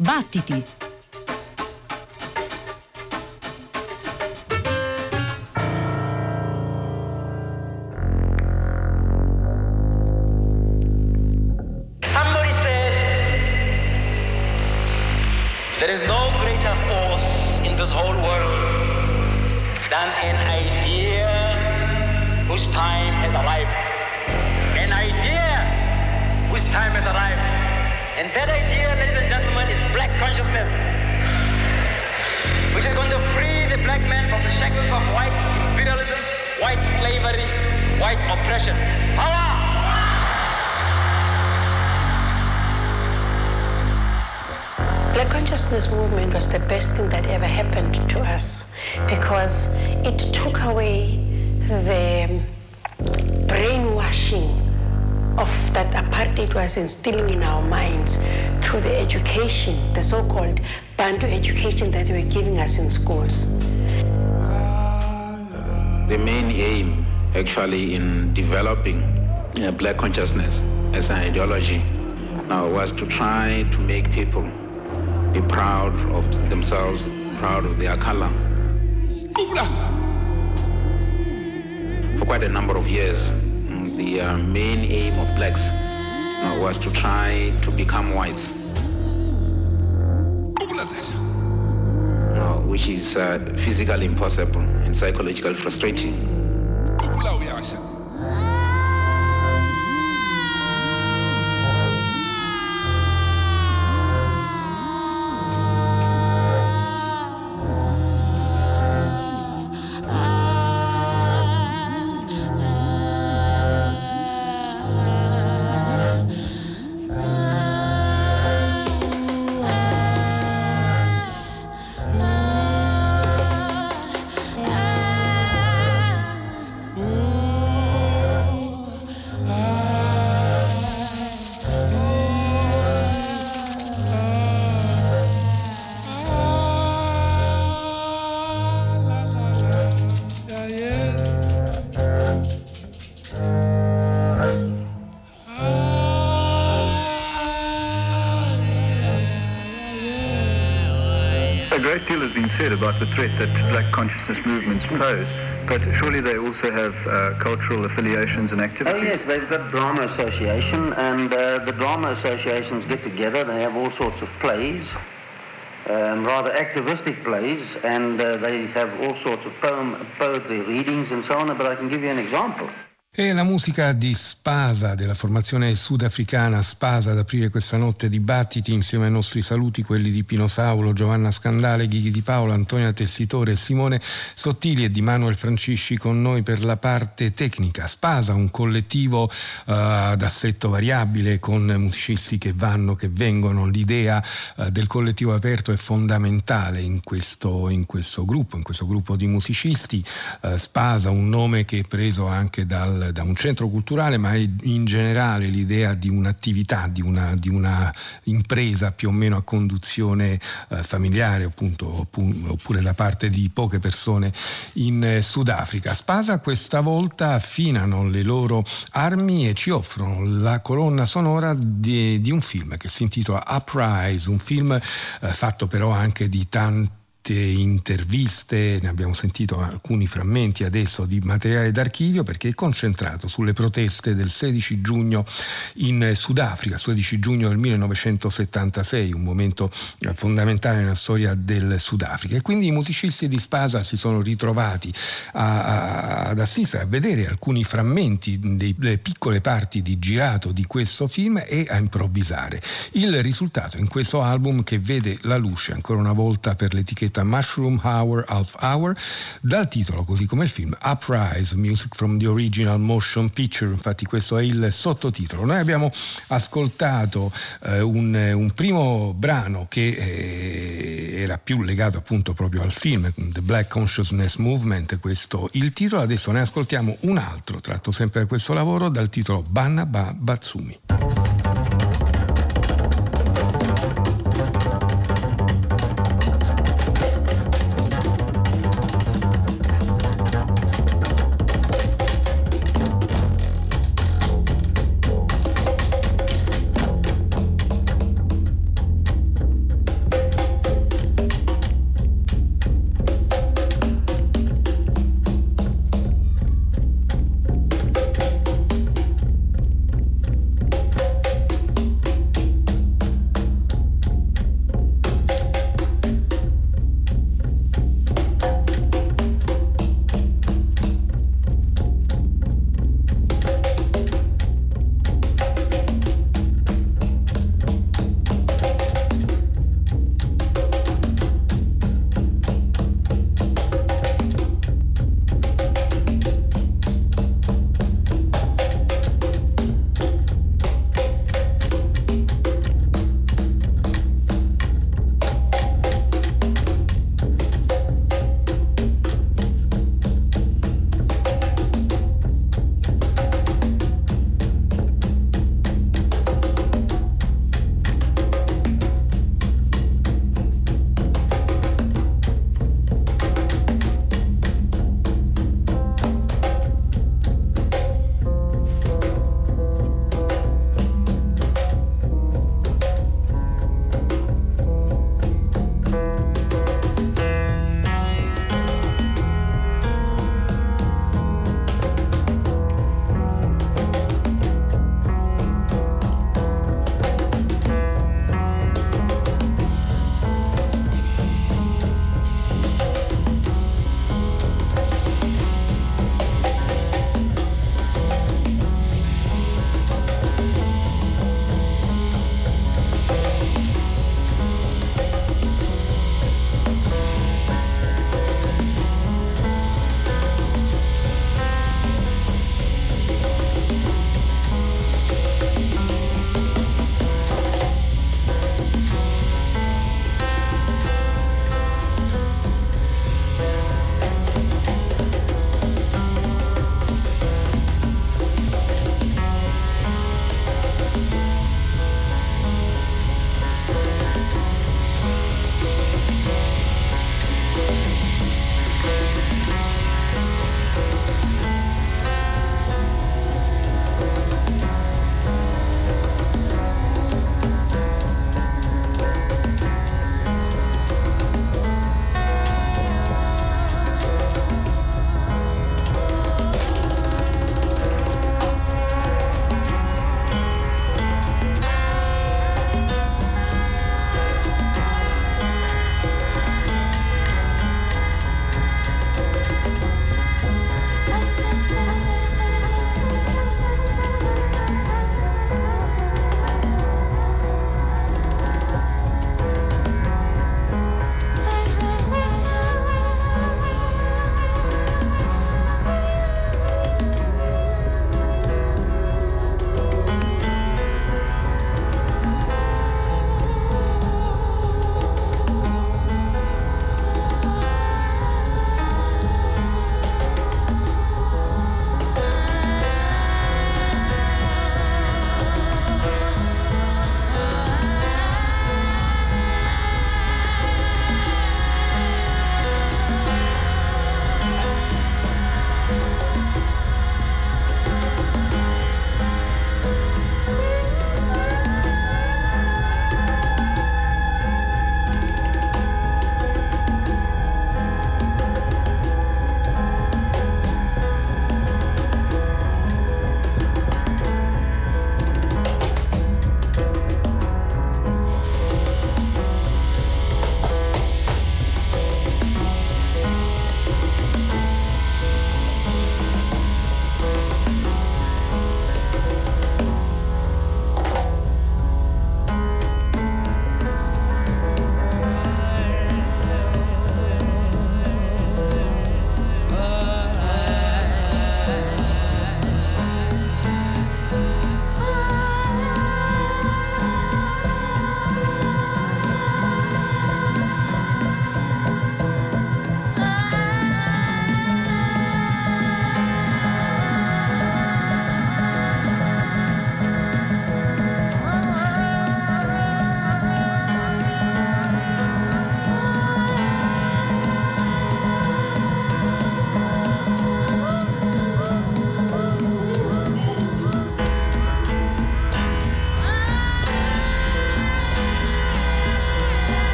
Battiti! Somebody says there is no greater force in this whole world than an idea whose time has arrived. An idea whose time has arrived. And that idea, ladies and gentlemen, is black consciousness, which is going to free the black man from the shackles of white imperialism, white slavery, white oppression. Power! Black consciousness movement was the best thing that ever happened to us because it took away the brainwashing of that apartheid was instilling in our minds through the education, the so-called Bantu education that they were giving us in schools. The main aim actually in developing black consciousness as an ideology was to try to make people be proud of themselves, proud of their color. For quite a number of years, the main aim of blacks was to try to become whites, which is physically impossible and psychologically frustrating. A great deal has been said about the threat that black consciousness movements pose, but surely they also have cultural affiliations and activities? Oh yes, they've got drama association, and the drama associations get together. They have all sorts of plays, rather activistic plays, and they have all sorts of poetry readings and so on, but I can give you an example. E la musica di Spasa, della formazione sudafricana Spasa, ad aprire questa notte di battiti insieme ai nostri saluti, quelli di Pino Saulo, Giovanna Scandale, Ghighi Di Paola, Antonia Tessitore e Simone Sottili, e di Manuel Francisci con noi per la parte tecnica. Spasa, un collettivo d'assetto variabile con musicisti che vanno, che vengono. L'idea del collettivo aperto è fondamentale in questo gruppo di musicisti. Spasa, un nome che è preso anche da un centro culturale, ma in generale l'idea di un'attività, di una impresa più o meno a conduzione familiare, appunto, oppure da parte di poche persone in Sudafrica. Spasa questa volta affinano le loro armi e ci offrono la colonna sonora di un film che si intitola Uprise, un film fatto però anche di tante interviste, ne abbiamo sentito alcuni frammenti adesso, di materiale d'archivio, perché è concentrato sulle proteste del 16 giugno in Sudafrica, 16 giugno del 1976, un momento fondamentale nella storia del Sudafrica, e quindi i musicisti di Spasa si sono ritrovati ad assistere, a vedere alcuni frammenti delle piccole parti di girato di questo film e a improvvisare. Il risultato in questo album, che vede la luce ancora una volta per l'etichetta Mushroom Hour Half Hour, dal titolo, così come il film, Uprise, Music from the Original Motion Picture. Infatti questo è il sottotitolo. Noi abbiamo ascoltato un primo brano che era più legato appunto proprio al film, The Black Consciousness Movement, questo il titolo. Adesso ne ascoltiamo un altro tratto sempre da questo lavoro, dal titolo Banna Ba Batsumi.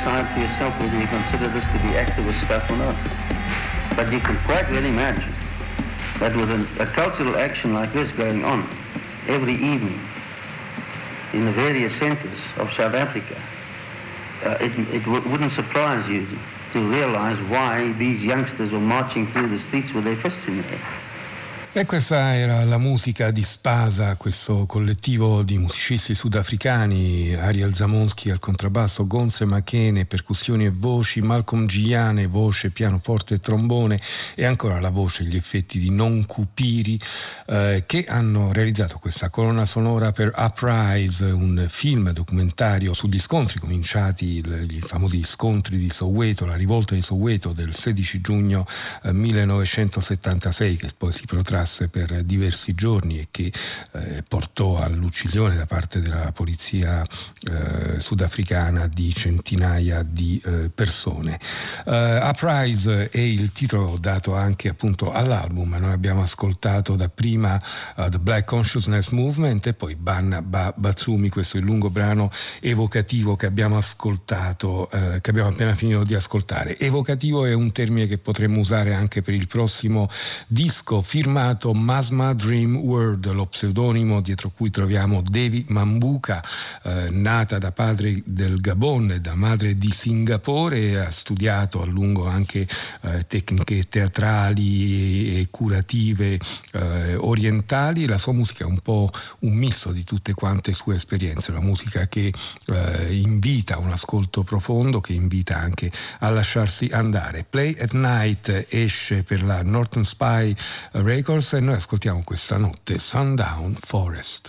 decide for yourself whether you consider this to be activist stuff or not. But you can quite well imagine that with a cultural action like this going on every evening in the various centres of South Africa, it wouldn't surprise you to realize why these youngsters were marching through the streets with their fists in the air. E questa era la musica di Spasa, questo collettivo di musicisti sudafricani, Ariel Zamonski al contrabbasso, Gonse Makene, percussioni e voci, Malcolm Giane, voce, pianoforte e trombone, e ancora la voce, gli effetti di Non Kupiri, che hanno realizzato questa colonna sonora per Uprise, un film documentario sugli scontri cominciati, i famosi scontri di Soweto, la rivolta di Soweto del 16 giugno 1976, che poi si protrasse per diversi giorni e che portò all'uccisione da parte della polizia sudafricana di centinaia di persone. Uprise è il titolo dato anche appunto all'album. Noi abbiamo ascoltato dapprima The Black Consciousness Movement e poi Banna Batsumi, questo è il lungo brano evocativo che abbiamo ascoltato, che abbiamo appena finito di ascoltare. Evocativo è un termine che potremmo usare anche per il prossimo disco firmato Masma Dream World, lo pseudonimo dietro cui troviamo Devi Mambuka, nata da padre del Gabon e da madre di Singapore, ha studiato a lungo anche tecniche teatrali e curative orientali. La sua musica è un po' un misto di tutte quante sue esperienze, una musica che invita a un ascolto profondo, che invita anche a lasciarsi andare. Play at Night esce per la Northern Spy Records e noi ascoltiamo questa notte Sundown Forest.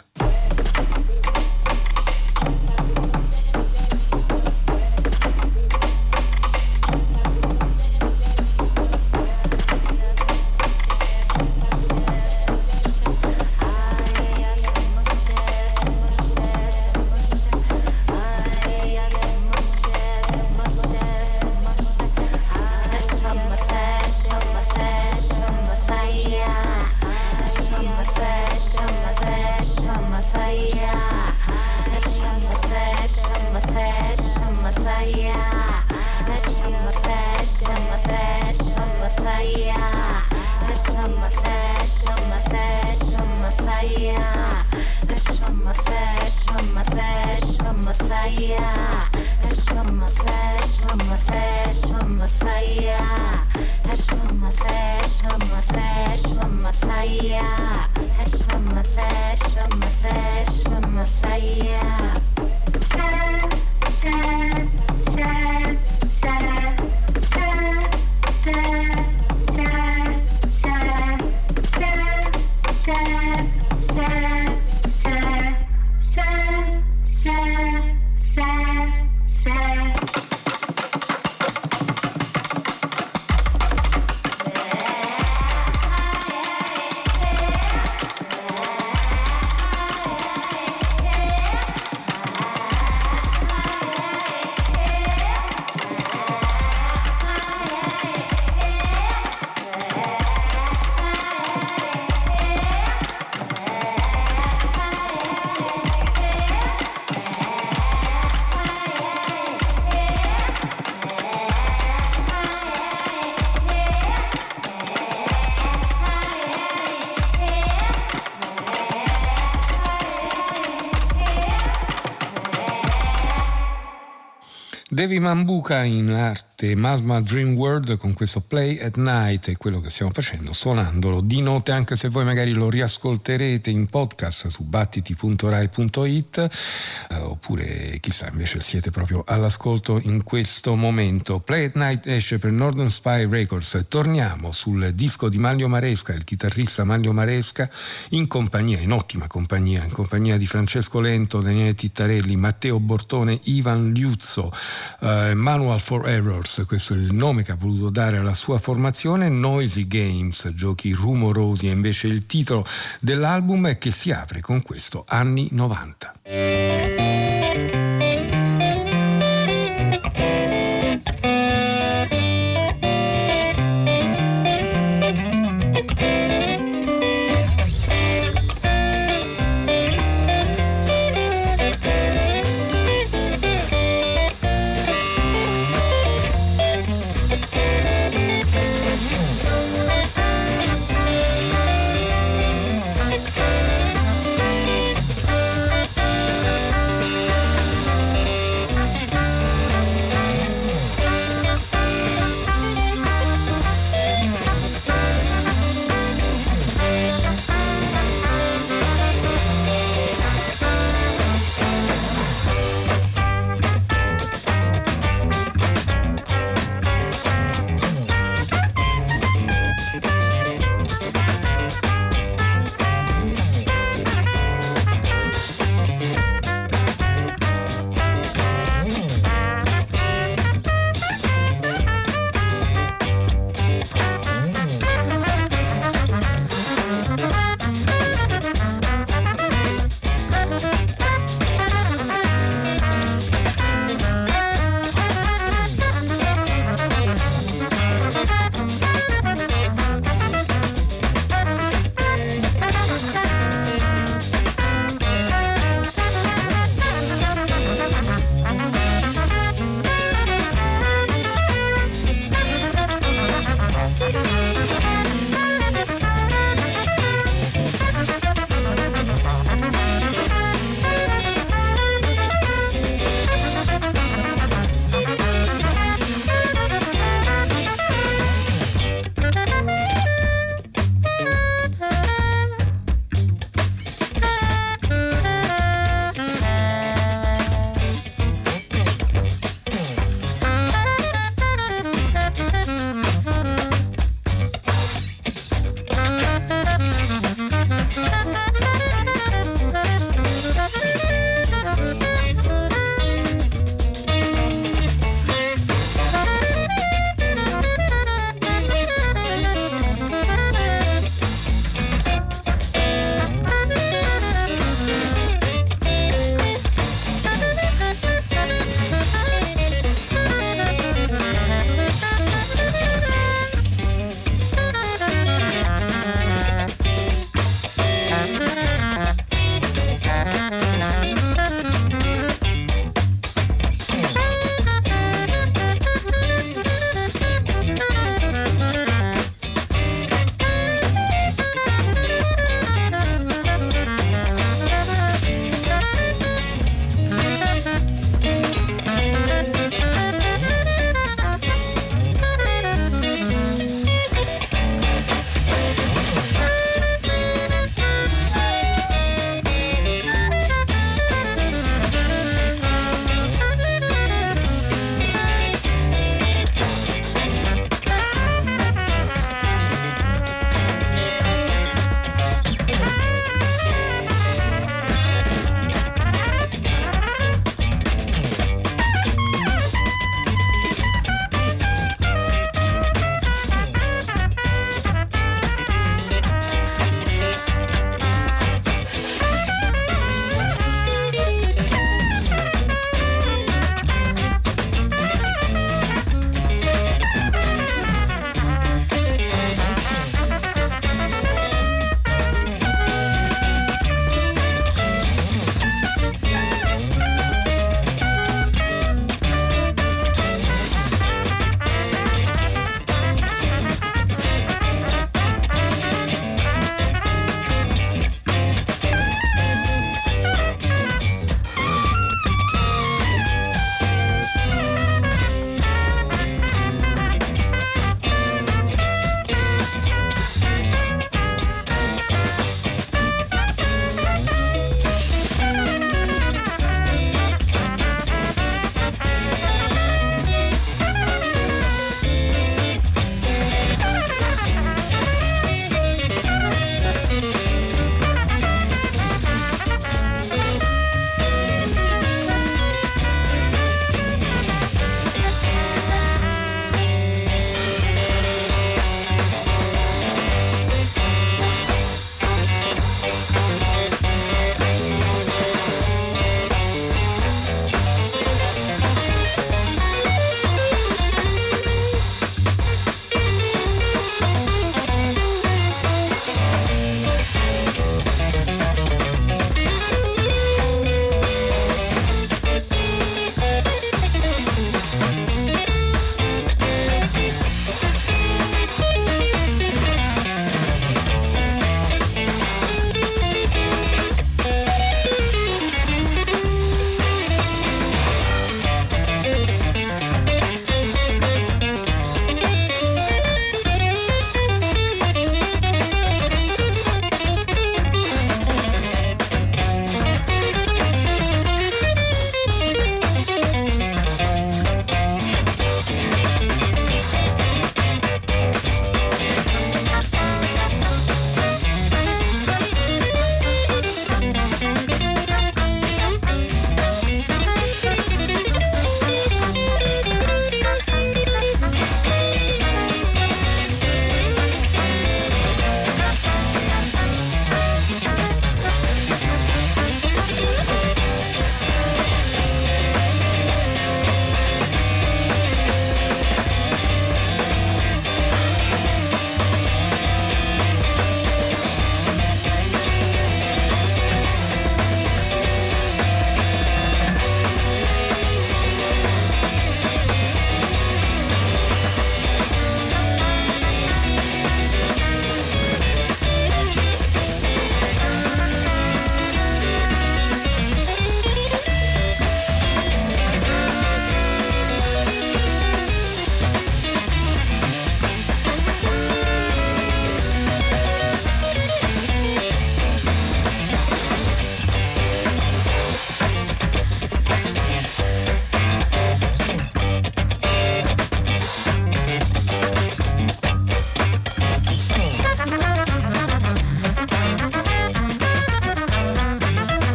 Devi Mambuka in arte Masma Dream World con questo Play at Night, è quello che stiamo facendo, suonandolo di notte, anche se voi magari lo riascolterete in podcast su battiti.rai.it oppure chissà invece siete proprio all'ascolto in questo momento. Play at Night esce per Northern Spy Records. Torniamo sul disco di Manlio Maresca, il chitarrista Manlio Maresca, in ottima compagnia, in compagnia di Francesco Lento, Daniele Tittarelli, Matteo Bortone, Ivan Liuzzo, Manual for Errors, questo è il nome che ha voluto dare alla sua formazione. Noisy Games, giochi rumorosi, è invece il titolo dell'album, che si apre con questo Anni 90.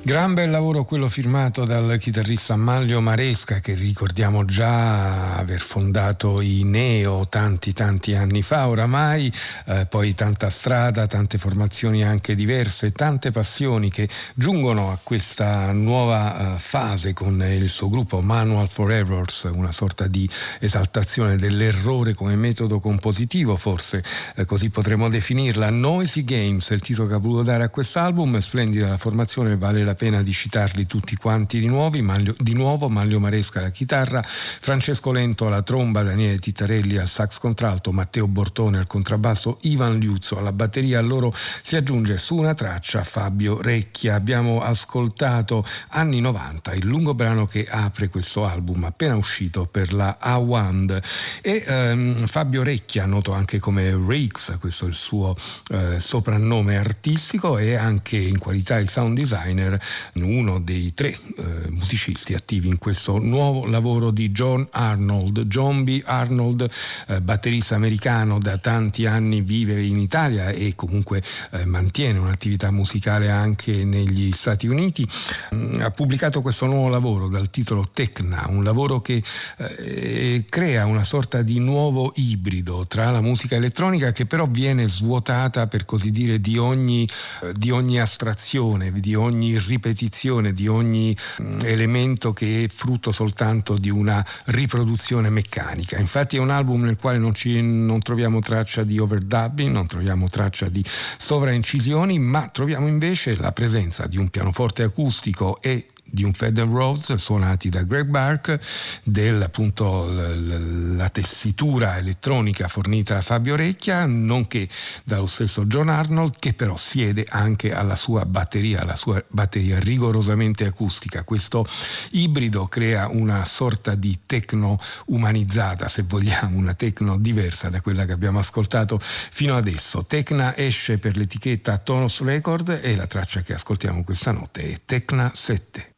Gran bel lavoro quello firmato dal chitarrista Manlio Maresca, che ricordiamo già aver fondato i Neo tanti anni fa oramai, poi tanta strada, tante formazioni anche diverse, tante passioni che giungono a questa nuova fase con il suo gruppo Manual for Errors, una sorta di esaltazione dell'errore come metodo compositivo, forse così potremmo definirla. Noisy Games è il titolo che ha voluto dare a quest'album, splendida la formazione, vale la pena di citarli tutti quanti di nuovo. Manlio Maresca alla chitarra, Francesco Lento alla tromba, Daniele Tittarelli al sax contralto, Matteo Bortone al contrabbasso, Ivan Liuzzo alla batteria. A loro si aggiunge su una traccia Fabio Recchia. Abbiamo ascoltato Anni 90, il lungo brano che apre questo album appena uscito per la A-Wand, e Fabio Recchia, noto anche come Rakes, questo è il suo soprannome artistico, e anche in qualità di sound designer uno dei 3 musicisti attivi in questo nuovo lavoro di John B. Arnold, batterista americano, da tanti anni vive in Italia e comunque mantiene un'attività musicale anche negli Stati Uniti. Ha pubblicato questo nuovo lavoro dal titolo Tecna, un lavoro che crea una sorta di nuovo ibrido tra la musica elettronica, che però viene svuotata, per così dire, di ogni astrazione, di ogni ripetizione, di ogni elemento che è frutto soltanto di una riproduzione meccanica. Infatti è un album nel quale non troviamo traccia di overdubbing, non troviamo traccia di sovraincisioni, ma troviamo invece la presenza di un pianoforte acustico e di un Fender Rhodes suonati da Greg Bark, appunto la tessitura elettronica fornita da Fabio Recchia, nonché dallo stesso John Arnold, che però siede anche alla sua batteria rigorosamente acustica. Questo ibrido crea una sorta di techno umanizzata, se vogliamo, una techno diversa da quella che abbiamo ascoltato fino adesso. Tecna esce per l'etichetta Tonos Record e la traccia che ascoltiamo questa notte è Tecna 7.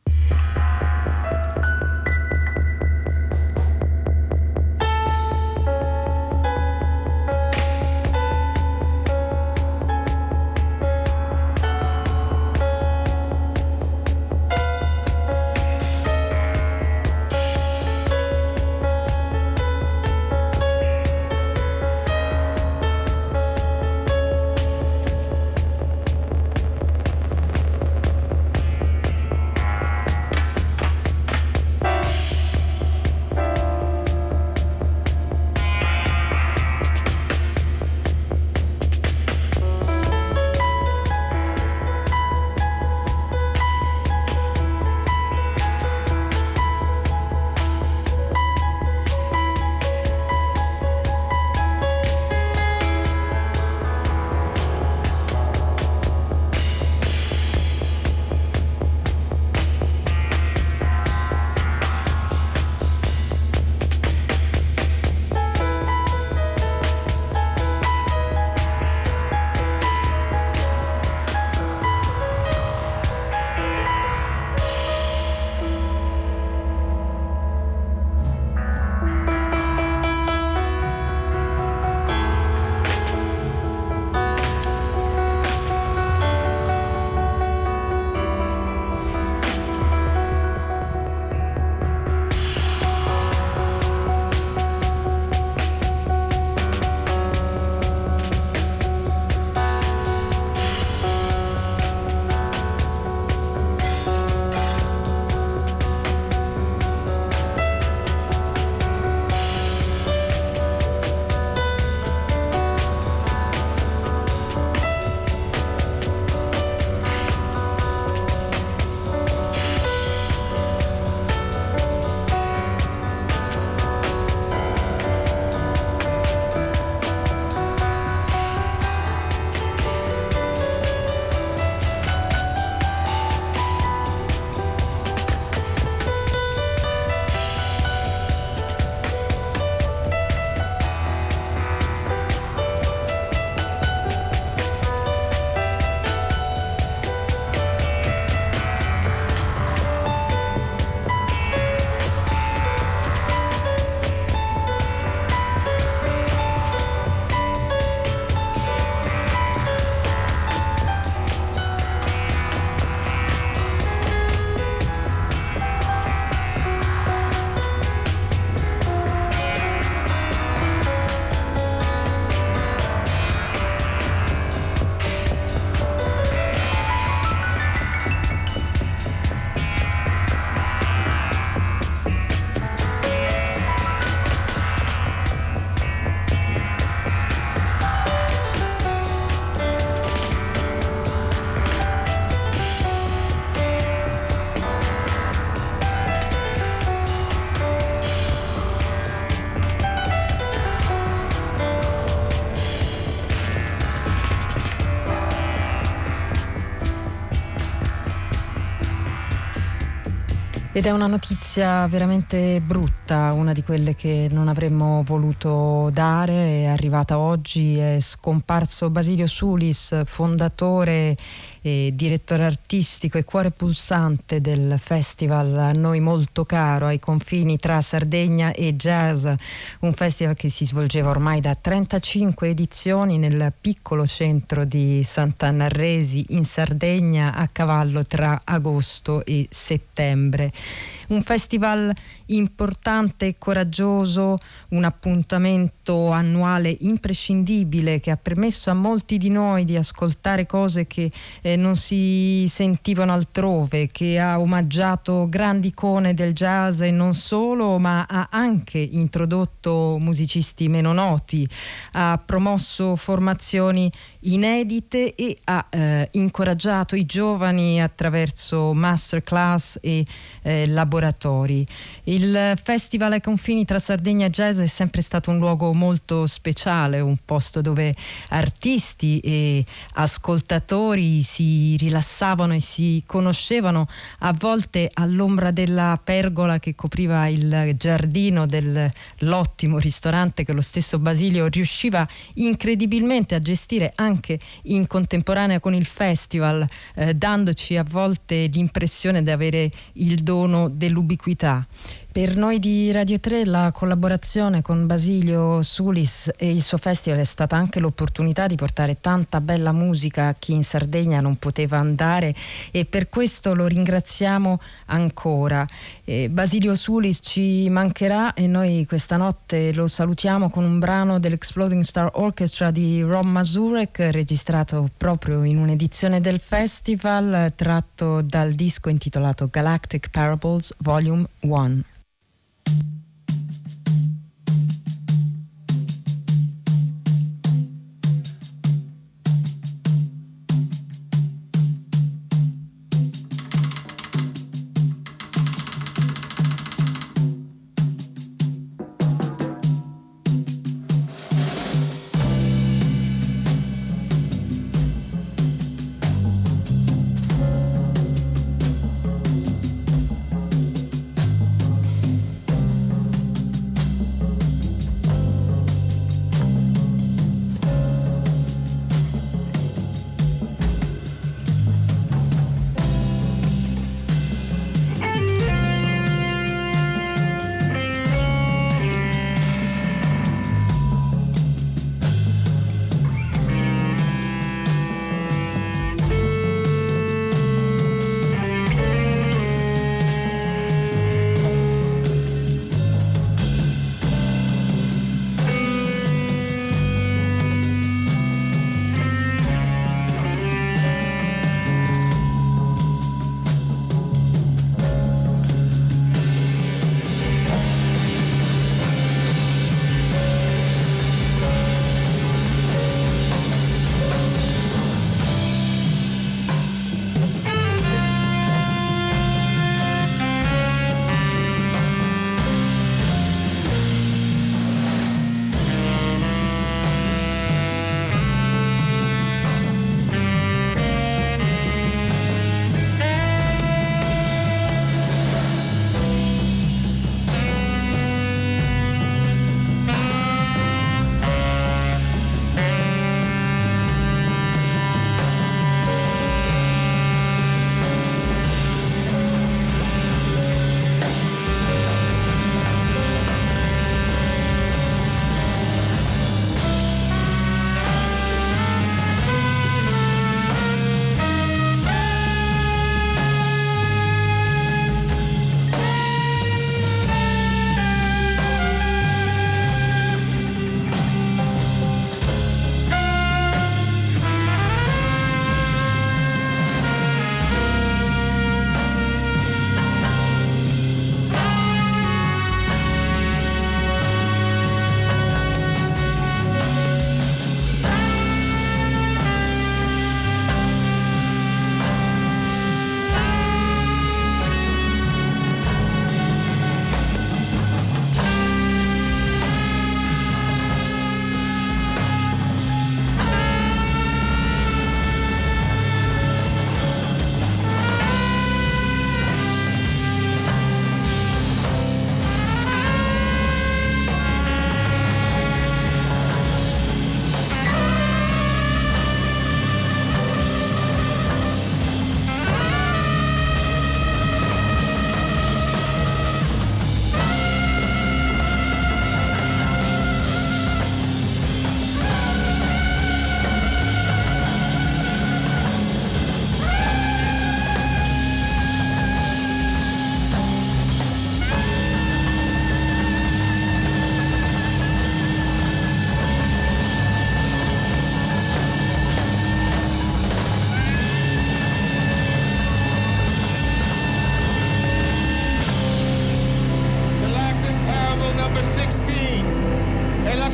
Ed è una notizia veramente brutta, una di quelle che non avremmo voluto dare. È arrivata oggi, è scomparso Basilio Sulis, fondatore e direttore artistico e cuore pulsante del festival a noi molto caro, ai confini tra Sardegna e jazz, un festival che si svolgeva ormai da 35 edizioni nel piccolo centro di Sant'Annarresi in Sardegna, a cavallo tra agosto e settembre. Un festival importante e coraggioso, un appuntamento annuale imprescindibile che ha permesso a molti di noi di ascoltare cose che non si sentivano altrove, che ha omaggiato grandi icone del jazz e non solo, ma ha anche introdotto musicisti meno noti, ha promosso formazioni inedite e ha incoraggiato i giovani attraverso masterclass e laboratori. Il festival ai confini tra Sardegna e jazz è sempre stato un luogo molto speciale, un posto dove artisti e ascoltatori si rilassavano e si conoscevano, a volte all'ombra della pergola che copriva il giardino dell'ottimo ristorante che lo stesso Basilio riusciva incredibilmente a gestire anche in contemporanea con il festival, dandoci a volte l'impressione di avere il dono dell'ubiquità. Per noi di Radio 3 la collaborazione con Basilio Sulis e il suo festival è stata anche l'opportunità di portare tanta bella musica a chi in Sardegna non poteva andare, e per questo lo ringraziamo ancora. Basilio Sulis ci mancherà e noi questa notte lo salutiamo con un brano dell'Exploding Star Orchestra di Rob Mazurek, registrato proprio in un'edizione del festival, tratto dal disco intitolato Galactic Parables Volume 1.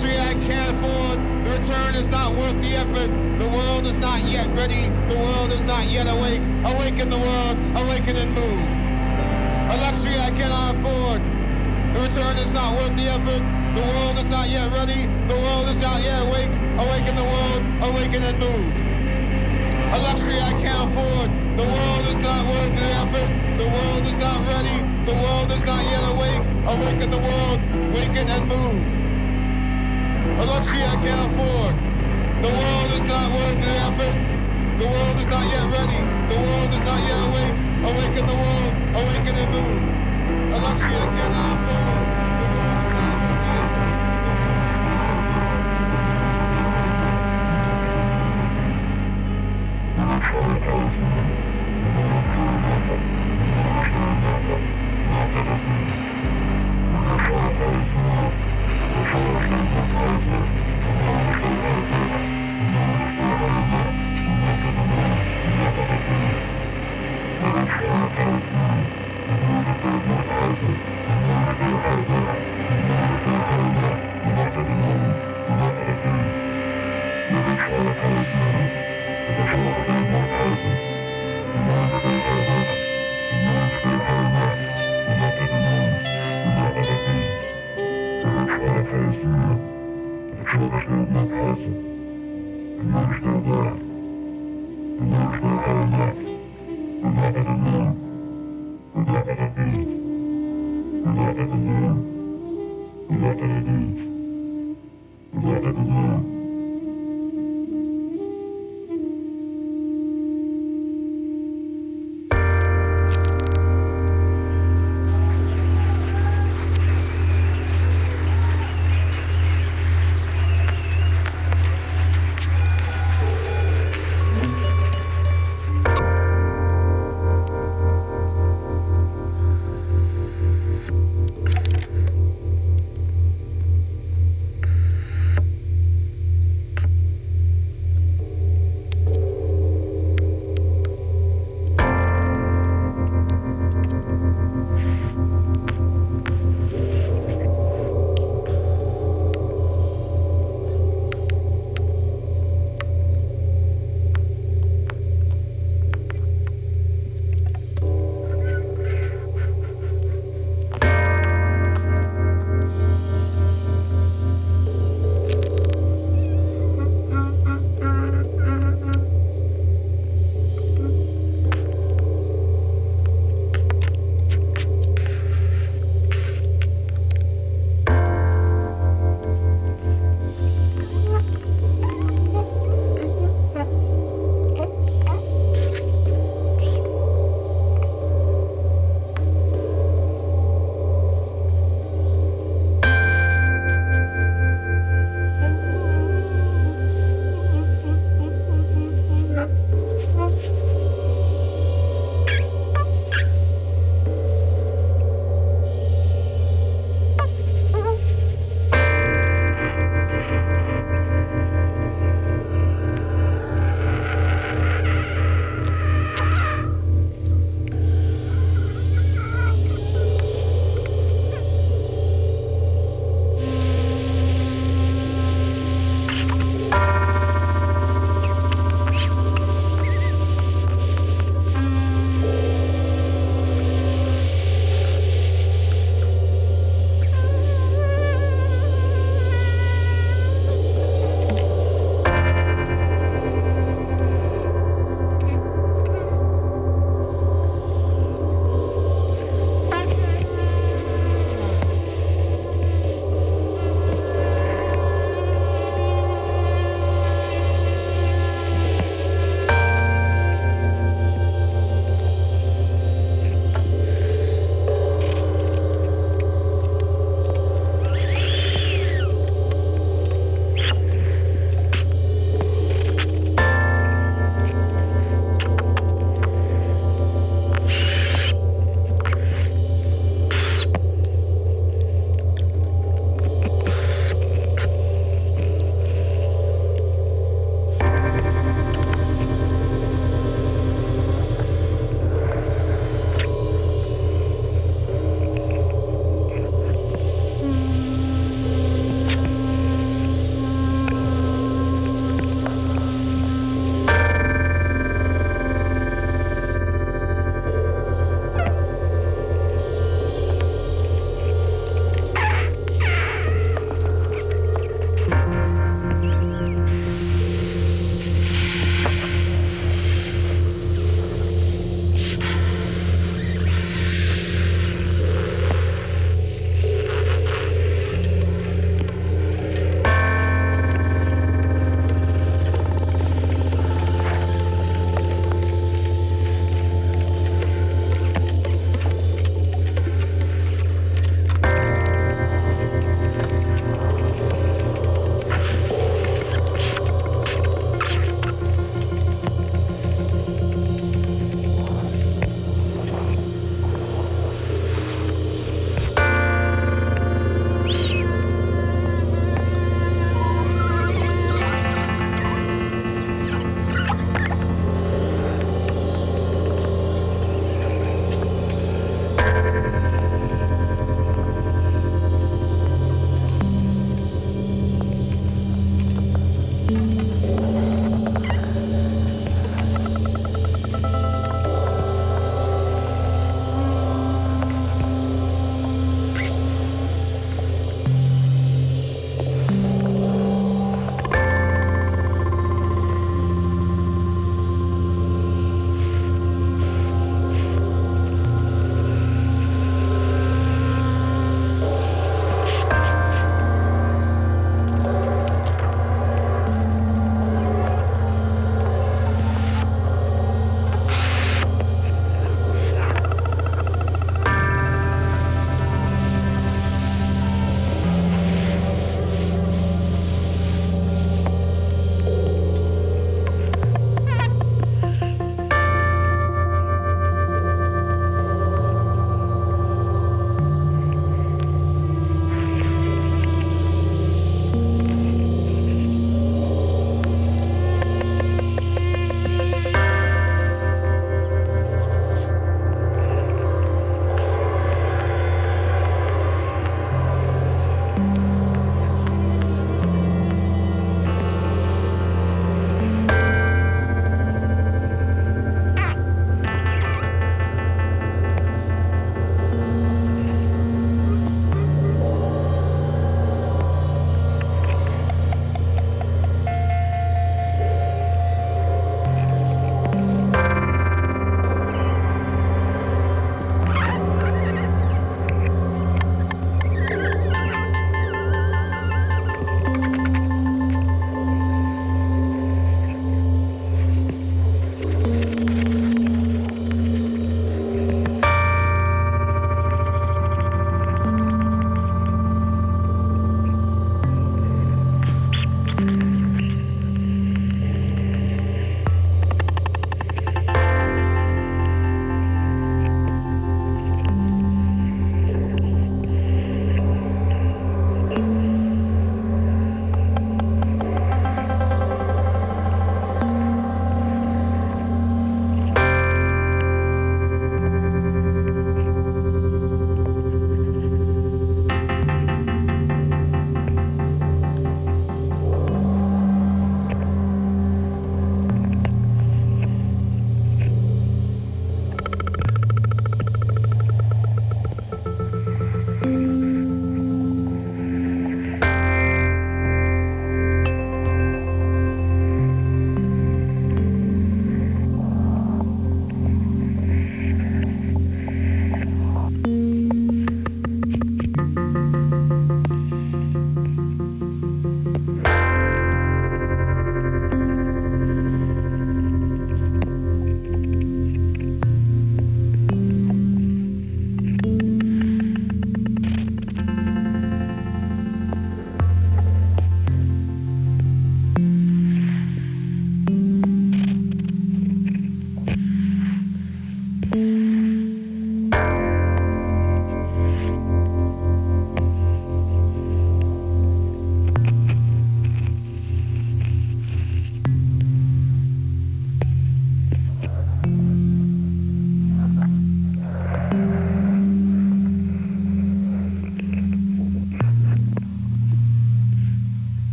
luxury I can't afford. The return is not worth the effort. The world is not yet ready. The world is not yet awake. Awaken the world, awaken and move. A luxury I cannot afford. The return is not worth the effort. The world is not yet ready. The world is not yet awake. Awaken the world, awaken and move. A luxury I can't afford. The world is not worth the effort. The world is not ready. The world is not yet awake. Awaken the world, waken and move. A luxury I can't afford. The world is not worth the effort. The world is not yet ready. The world is not yet awake. Awaken the world, awaken and move. A luxury I cannot afford. The world is not worth the effort.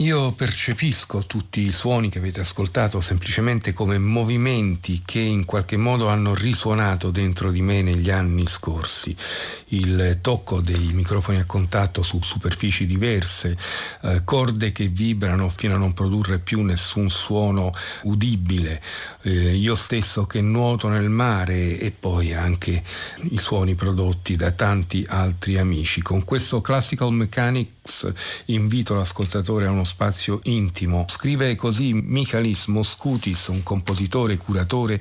Io percepisco tutti i suoni che avete ascoltato semplicemente come movimenti che in qualche modo hanno risuonato dentro di me negli anni scorsi. Il tocco dei microfoni a contatto su superfici diverse, corde che vibrano fino a non produrre più nessun suono udibile, io stesso che nuoto nel mare e poi anche i suoni prodotti da tanti altri amici. Con questo Classical Mechanics invito l'ascoltatore a uno spazio intimo. Scrive così Michalis Moskoutis, un compositore e curatore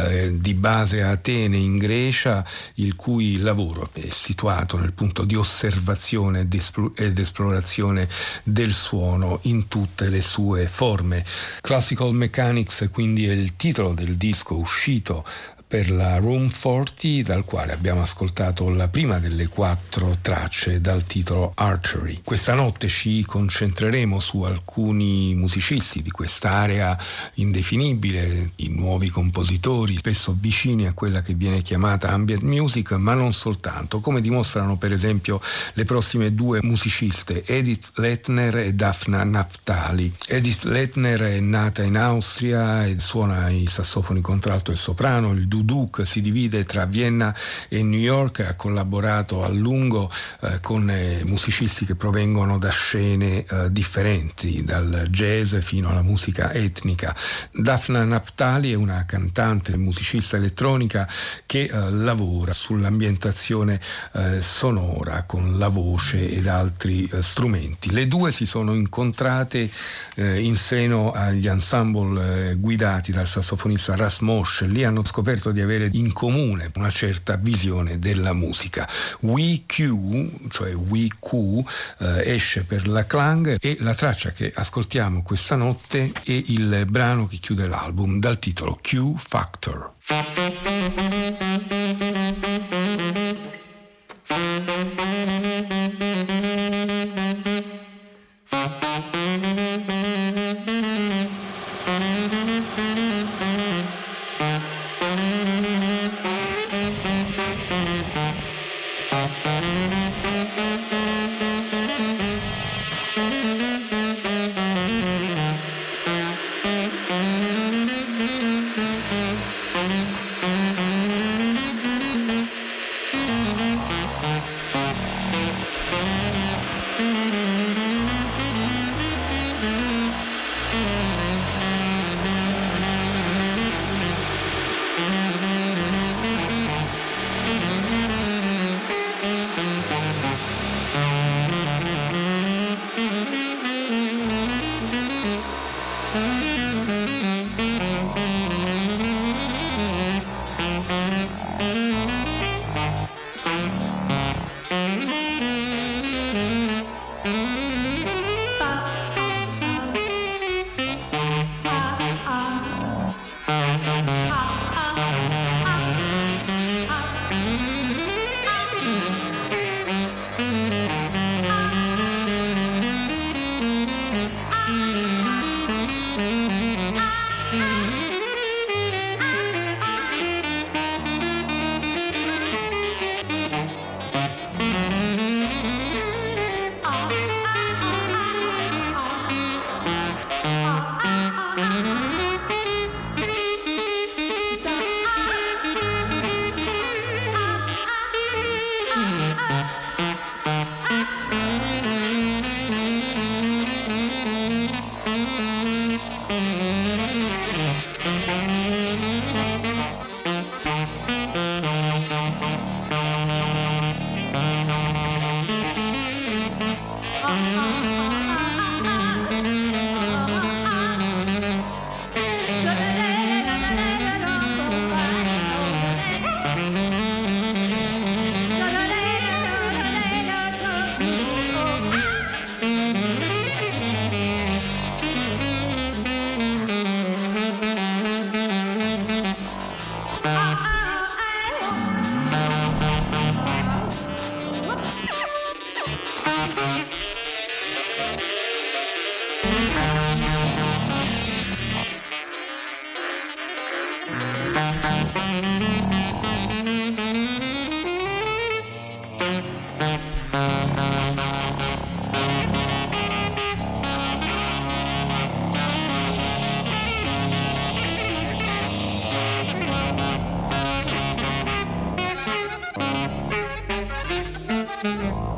di base a Atene in Grecia, il cui lavoro è situato nel punto di osservazione ed esplorazione del suono in tutte le sue forme. Classical Mechanics quindi è il titolo del disco uscito per la Room 40, dal quale abbiamo ascoltato la prima delle 4 tracce dal titolo Archery. Questa notte ci concentreremo su alcuni musicisti di quest'area indefinibile, i nuovi compositori, spesso vicini a quella che viene chiamata ambient music, ma non soltanto, come dimostrano per esempio le prossime 2 musiciste, Edith Lettner e Daphna Naftali. Edith Lettner è nata in Austria e suona i sassofoni contralto e soprano, il duduk, si divide tra Vienna e New York, ha collaborato a lungo con musicisti che provengono da scene differenti, dal jazz fino alla musica etnica. Daphna Naftali è una cantante e musicista elettronica che lavora sull'ambientazione sonora con la voce ed altri strumenti. Le due si sono incontrate in seno agli ensemble guidati dal sassofonista Ras Mosh. Lì hanno scoperto di avere in comune una certa visione della musica. We Q, cioè We Q, esce per la Klang e la traccia che ascoltiamo questa notte è il brano che chiude l'album dal titolo Q Factor.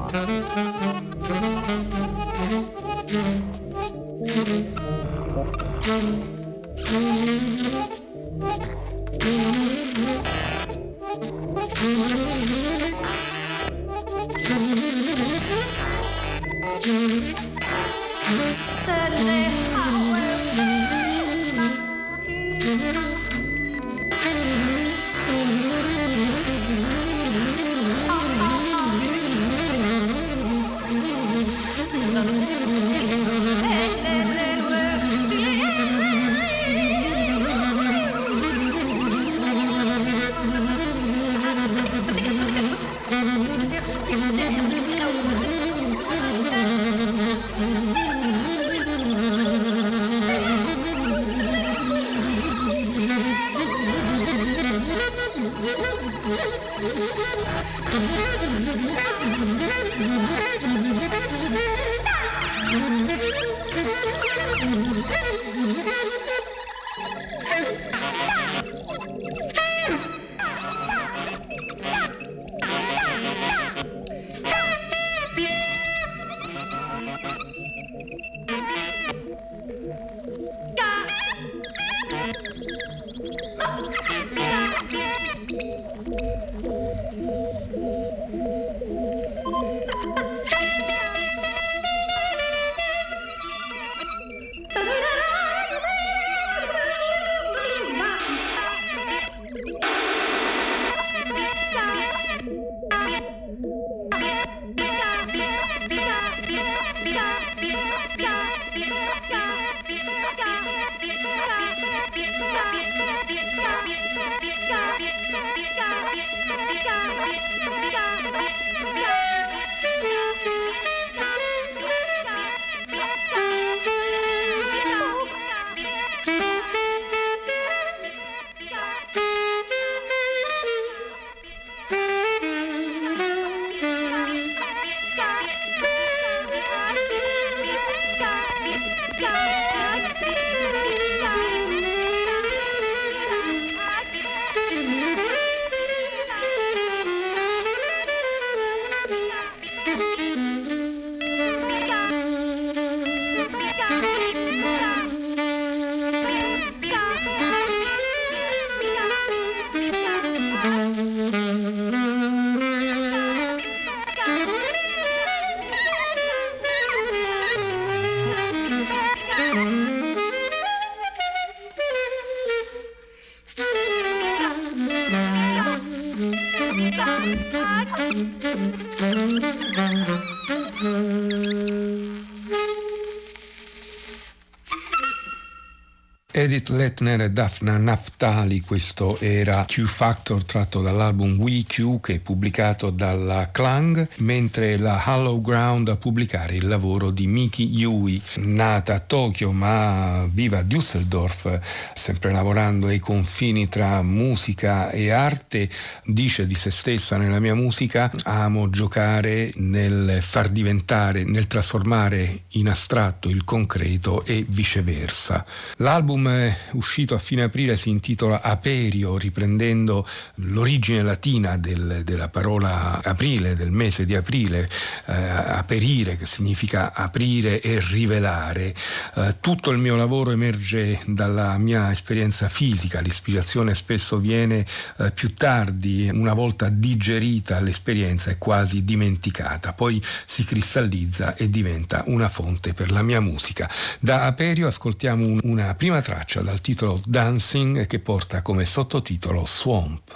Edith Lettner e Daphna Naftali, questo era Q Factor tratto dall'album We Q che è pubblicato dalla Klang, mentre la Hollow Ground a pubblicare il lavoro di Miki Yui, nata a Tokyo ma viva a Düsseldorf, sempre lavorando ai confini tra musica e arte, dice di se stessa: nella mia musica amo giocare nel far diventare, nel trasformare in astratto il concreto e viceversa. L'album uscito a fine aprile si intitola Aperio, riprendendo l'origine latina della parola aprile, del mese di aprile, aperire, che significa aprire e rivelare. Tutto il mio lavoro emerge dalla mia esperienza fisica, l'ispirazione spesso viene più tardi, una volta digerita l'esperienza è quasi dimenticata, poi si cristallizza e diventa una fonte per la mia musica. Da Aperio ascoltiamo una prima traccia dal titolo Dancing che porta come sottotitolo Swamp.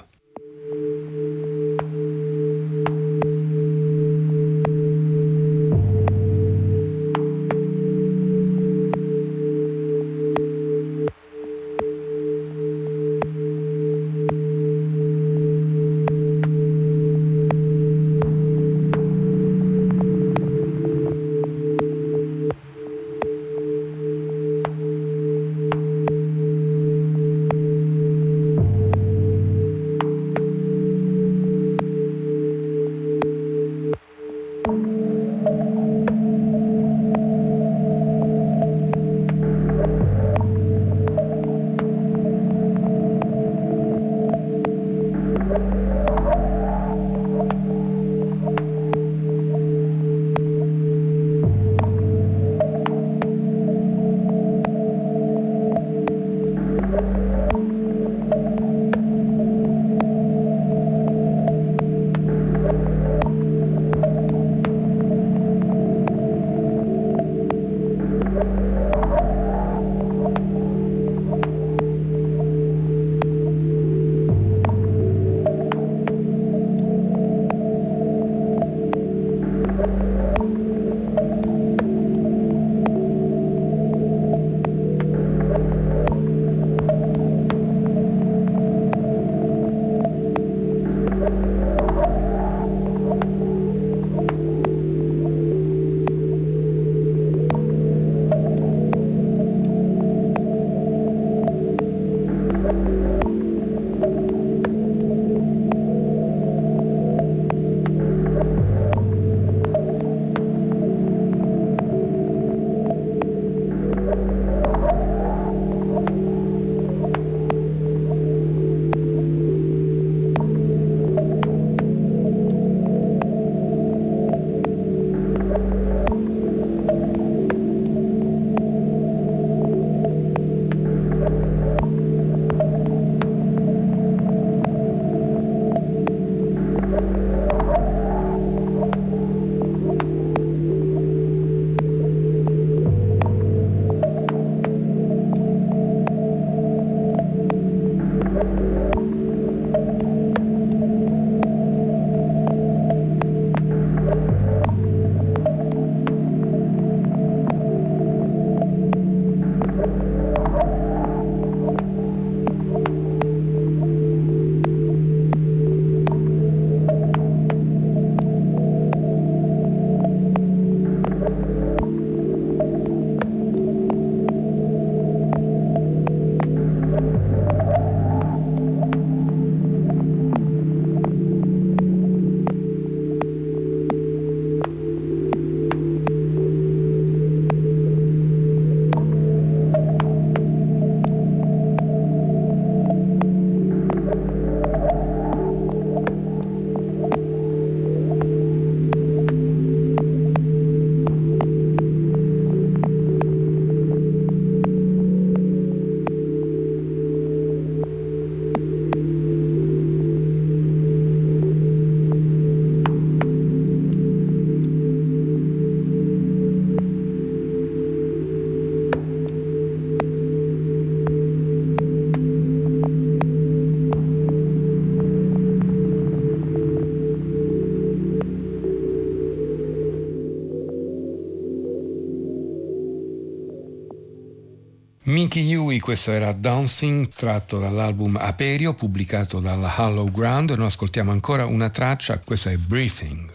Mickey Huey, questo era Dancing, tratto dall'album Aperio, pubblicato dalla Hollow Ground. Noi ascoltiamo ancora una traccia, questa è Breathing.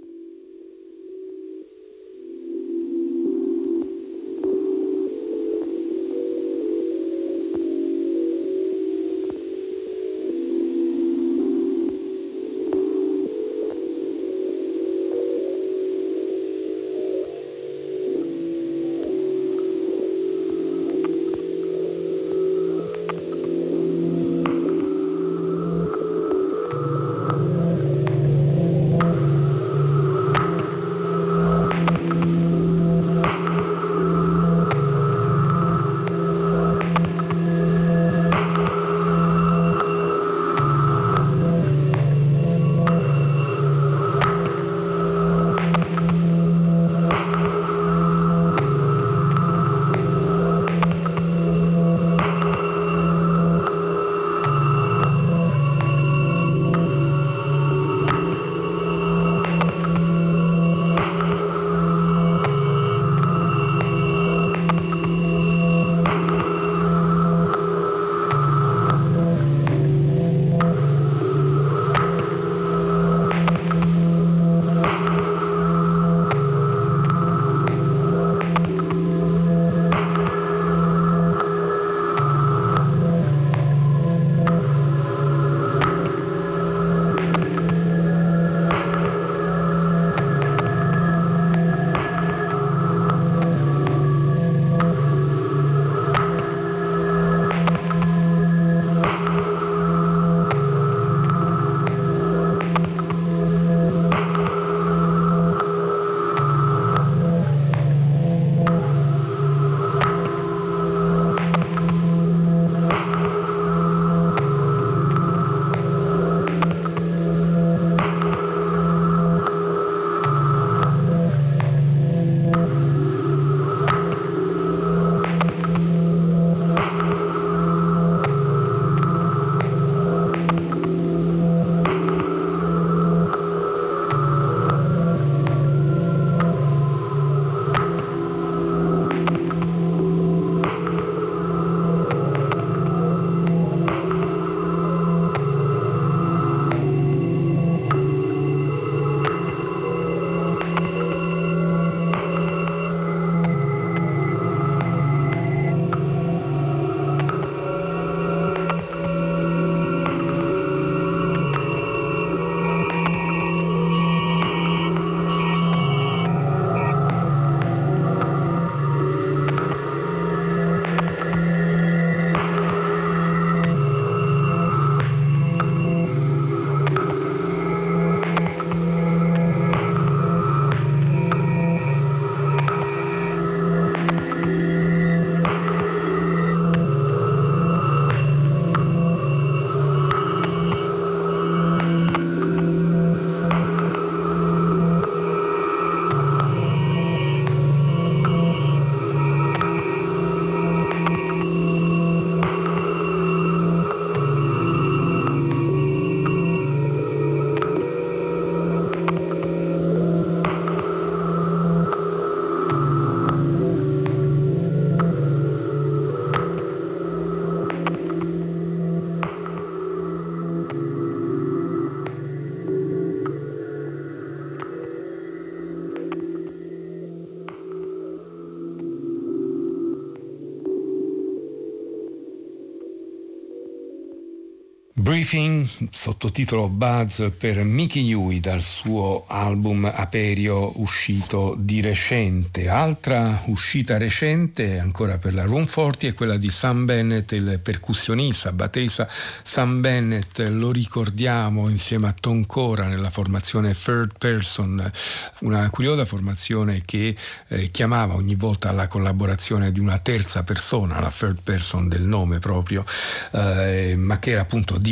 Briefing, sottotitolo Buzz per Mickey Huey dal suo album Aperio uscito di recente. Altra uscita recente ancora per la Room 40 è quella di Sam Bennett, il percussionista, batterista Sam Bennett, lo ricordiamo insieme a Tom Cora nella formazione Third Person, una curiosa formazione che chiamava ogni volta alla collaborazione di una terza persona, la third person del nome proprio, ma che era appunto di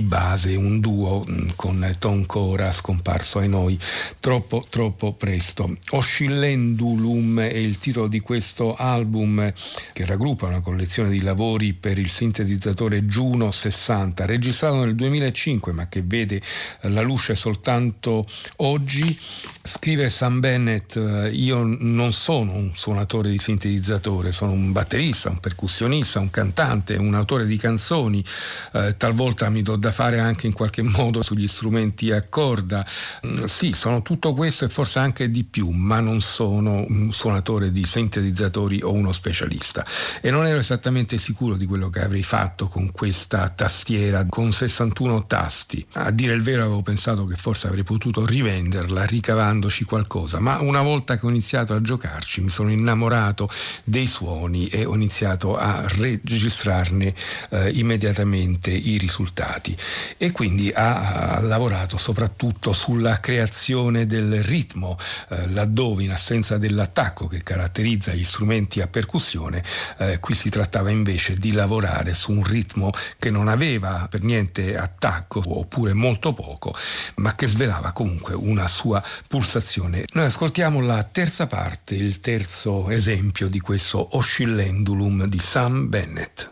di base un duo con Tom Cora, scomparso ai noi troppo presto. Oscillendulum è il titolo di questo album che raggruppa una collezione di lavori per il sintetizzatore Juno 60, registrato nel 2005 ma che vede la luce soltanto oggi. Scrive Sam Bennett: io non sono un suonatore di sintetizzatore, sono un batterista, un percussionista, un cantante, un autore di canzoni, talvolta mi do da fare anche in qualche modo sugli strumenti a corda. Sì, sono tutto questo e forse anche di più, ma non sono un suonatore di sintetizzatori o uno specialista, e non ero esattamente sicuro di quello che avrei fatto con questa tastiera con 61 tasti. A dire il vero avevo pensato che forse avrei potuto rivenderla ricavandoci qualcosa, ma una volta che ho iniziato a giocarci mi sono innamorato dei suoni e ho iniziato a registrarne immediatamente i risultati, e quindi ha lavorato soprattutto sulla creazione del ritmo, laddove in assenza dell'attacco che caratterizza gli strumenti a percussione, qui si trattava invece di lavorare su un ritmo che non aveva per niente attacco oppure molto poco, ma che svelava comunque una sua pulsazione. Noi ascoltiamo la terza parte, il terzo esempio di questo Oscillendulum di Sam Bennett.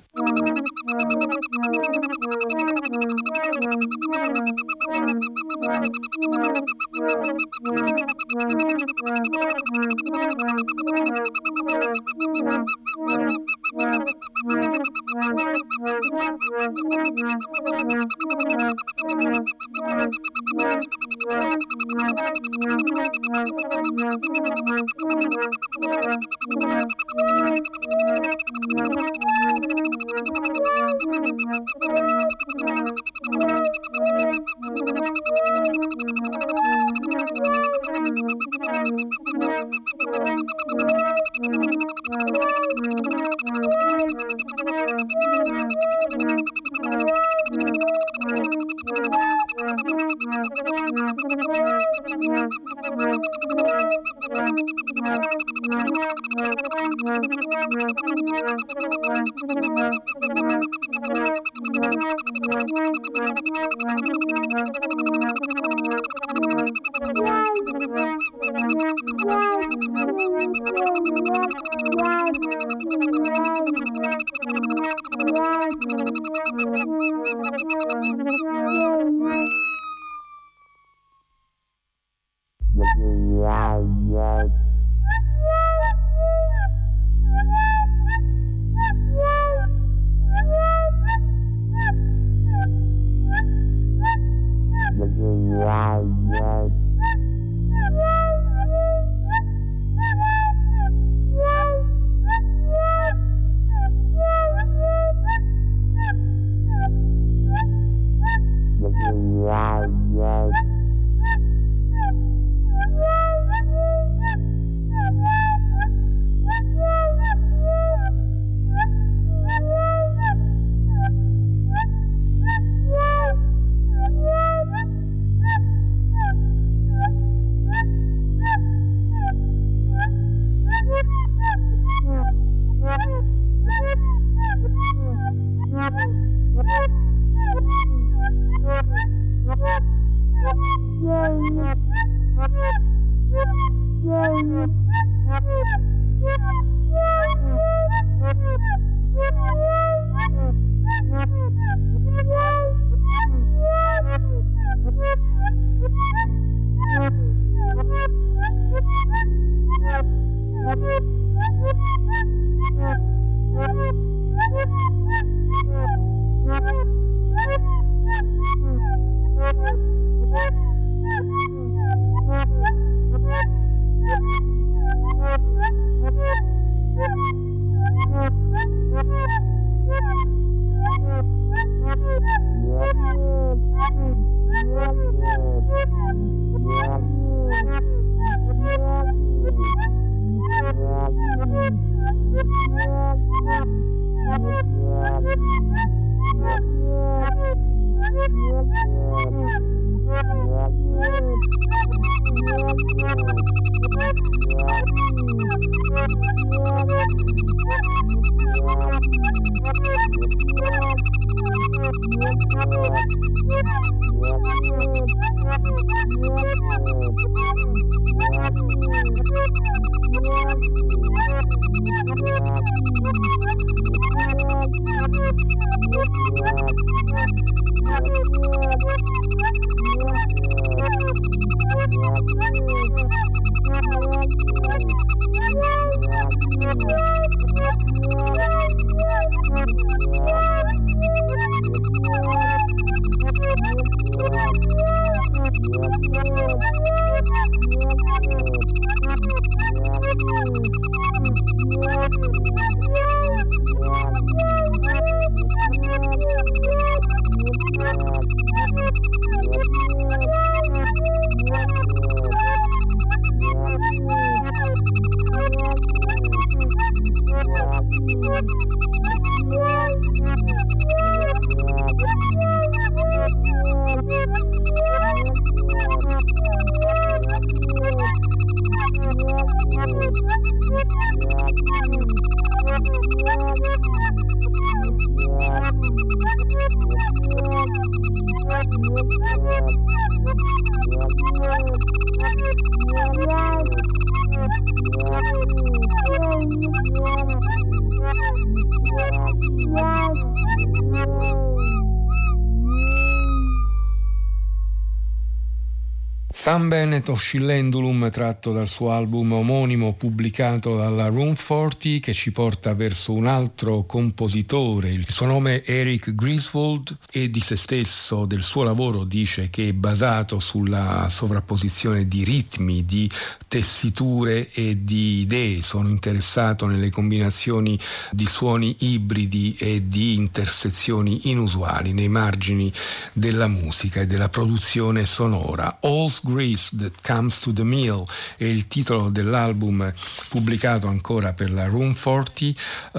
Sam Bennett, Oscillendulum, tratto dal suo album omonimo pubblicato dalla Room 40, che ci porta verso un altro compositore. Il suo nome è Eric Griswold e di se stesso, del suo lavoro, dice che è basato sulla sovrapposizione di ritmi, di tessiture e di idee. Sono interessato nelle combinazioni di suoni ibridi e di intersezioni inusuali nei margini della musica e della produzione sonora. All's Grease That Comes to the Mill è il titolo dell'album pubblicato ancora per la Room 40.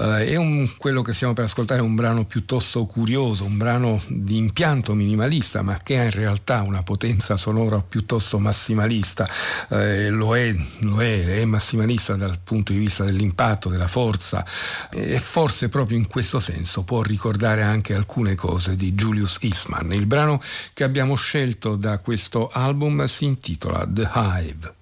Quello che stiamo per ascoltare è un brano piuttosto curioso, un brano di impianto minimalista, ma che ha in realtà una potenza sonora piuttosto massimalista. Lo è massimalista dal punto di vista dell'impatto, della forza, e forse proprio in questo senso può ricordare anche alcune cose di Julius Eastman. Il brano che abbiamo scelto da questo album si intitola The Hive.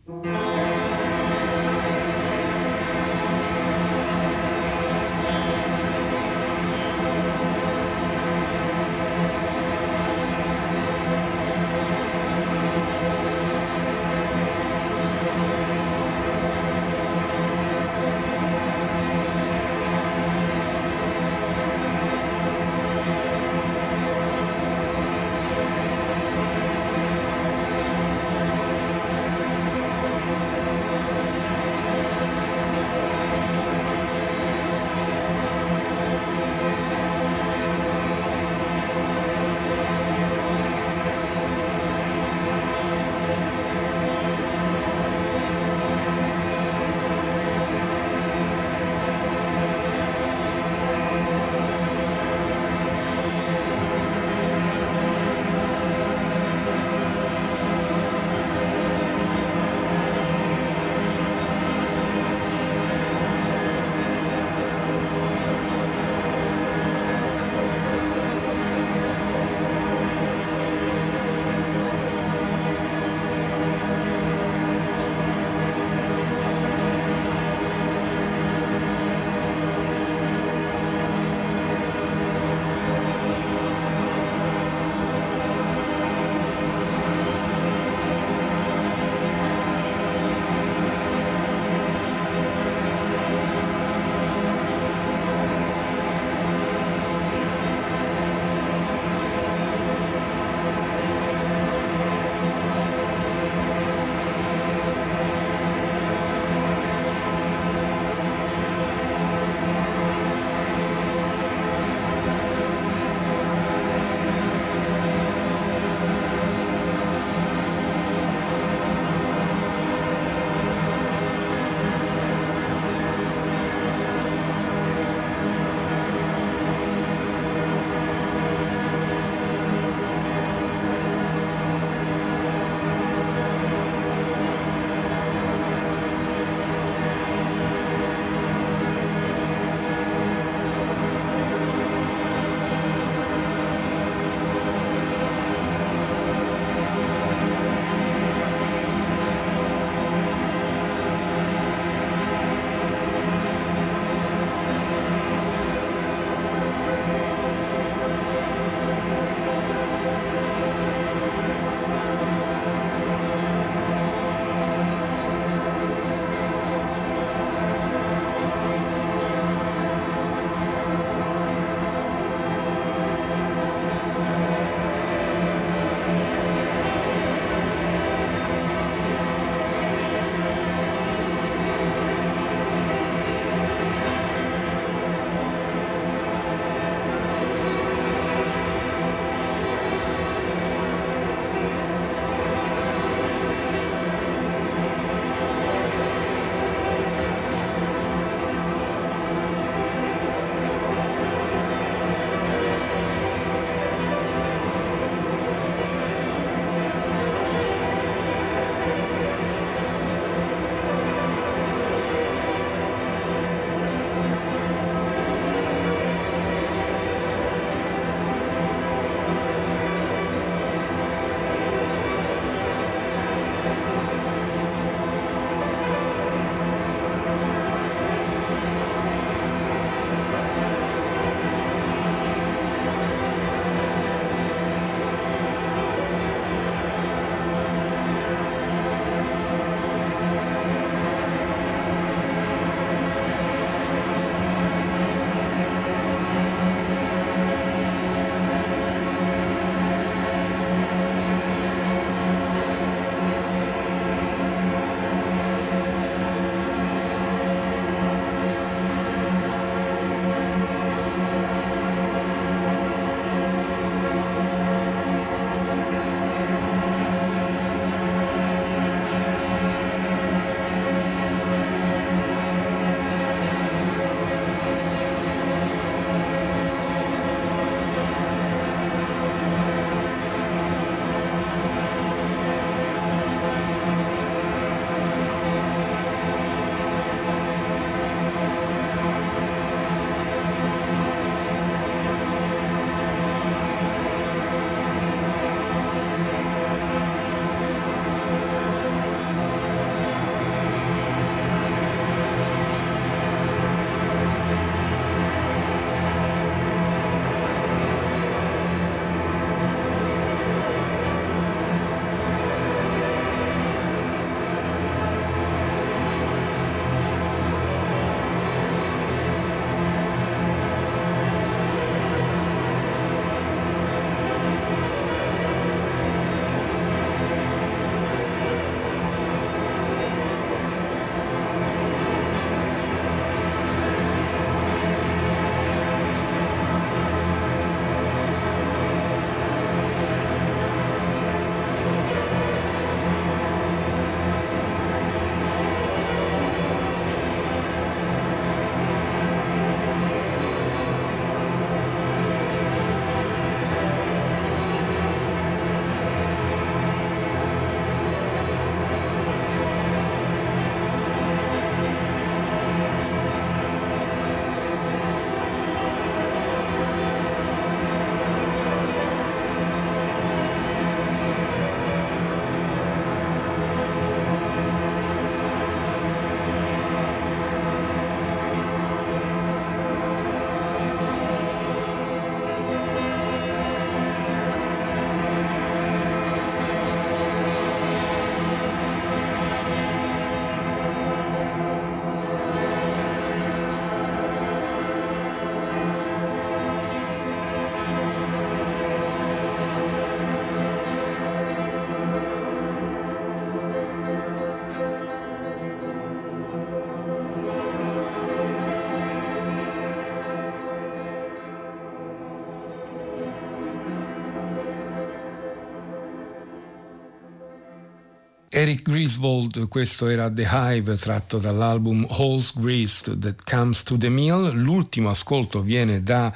Eric Griswold, questo era The Hive, tratto dall'album All's Greased That Comes to the Mill. L'ultimo ascolto viene da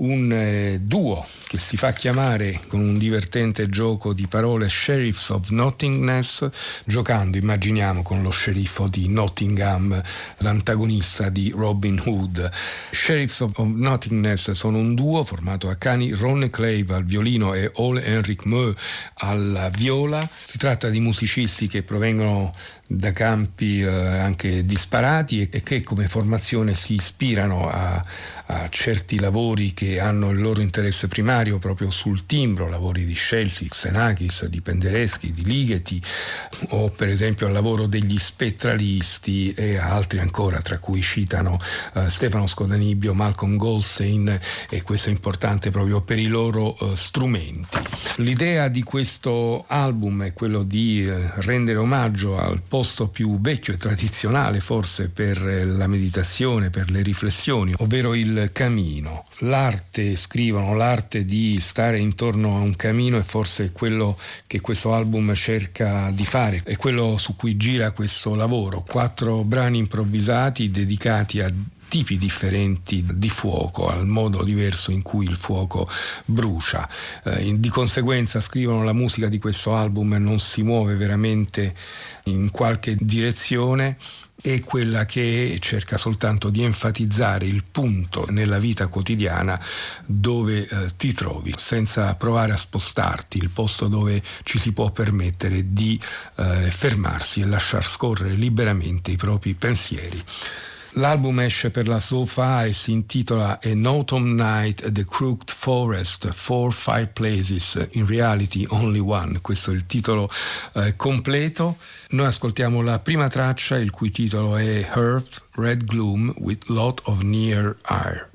un duo che si fa chiamare, con un divertente gioco di parole, Sheriffs of Nottingness, giocando, immaginiamo, con lo sceriffo di Nottingham, l'antagonista di Robin Hood. Sheriffs of Nottingness sono un duo formato a cani, Ron Clave al violino e Ole Henrik Mø alla viola. Si tratta di musicisti che provengono da campi anche disparati e che come formazione si ispirano a certi lavori che hanno il loro interesse primario proprio sul timbro, lavori di Scelsi, Xenakis, di Penderecki, di Ligeti, o per esempio al lavoro degli spettralisti e altri ancora, tra cui citano Stefano Scodanibio, Malcolm Goldstein, e questo è importante proprio per i loro strumenti. L'idea di questo album è quello di rendere omaggio al posto più vecchio e tradizionale forse per la meditazione, per le riflessioni, ovvero il camino. L'arte, scrivono, l'arte di stare intorno a un camino è forse quello che questo album cerca di fare, è quello su cui gira questo lavoro. 4 brani improvvisati dedicati a tipi differenti di fuoco, al modo diverso in cui il fuoco brucia. Di conseguenza, scrivono, la musica di questo album non si muove veramente in qualche direzione, è quella che cerca soltanto di enfatizzare il punto nella vita quotidiana dove ti trovi, senza provare a spostarti, il posto dove ci si può permettere di fermarsi e lasciar scorrere liberamente i propri pensieri. L'album esce per la SoFa e si intitola An Autumn Night at the Crooked Forest, 4 Fireplaces, in reality only one. Questo è il titolo completo. Noi ascoltiamo la prima traccia, il cui titolo è Hearth Red Gloom with Lot of Near Air.